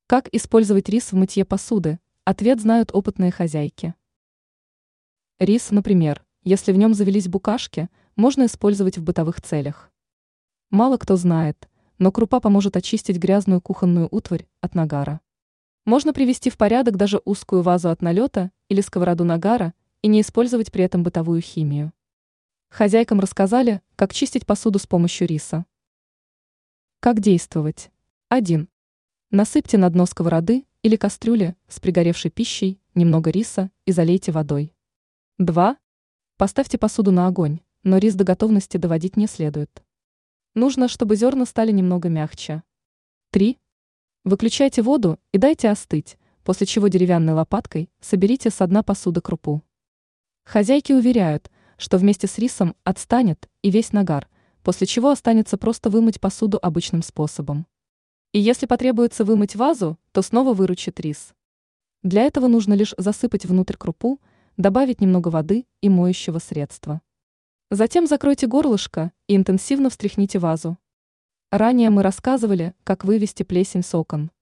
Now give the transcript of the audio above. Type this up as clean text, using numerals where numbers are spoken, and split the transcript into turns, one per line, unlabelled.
Как использовать рис в мытье посуды? Ответ знают опытные хозяйки. Рис, например, если в нем завелись букашки, можно использовать в бытовых целях. Мало кто знает, но крупа поможет очистить грязную кухонную утварь от нагара. Можно привести в порядок даже узкую вазу от налета или сковороду нагара и не использовать при этом бытовую химию. Хозяйкам рассказали, как чистить посуду с помощью риса. Как действовать? 1. Насыпьте на дно сковороды или кастрюли с пригоревшей пищей немного риса и залейте водой. 2. Поставьте посуду на огонь, но рис до готовности доводить не следует. Нужно, чтобы зерна стали немного мягче. 3. Выключайте воду и дайте остыть, после чего деревянной лопаткой соберите со дна посуды крупу. Хозяйки уверяют, что вместе с рисом отстанет и весь нагар, после чего останется просто вымыть посуду обычным способом. И если потребуется вымыть вазу, то снова выручит рис. Для этого нужно лишь засыпать внутрь крупу, добавить немного воды и моющего средства. Затем закройте горлышко и интенсивно встряхните вазу. Ранее мы рассказывали, как вывести плесень с окон.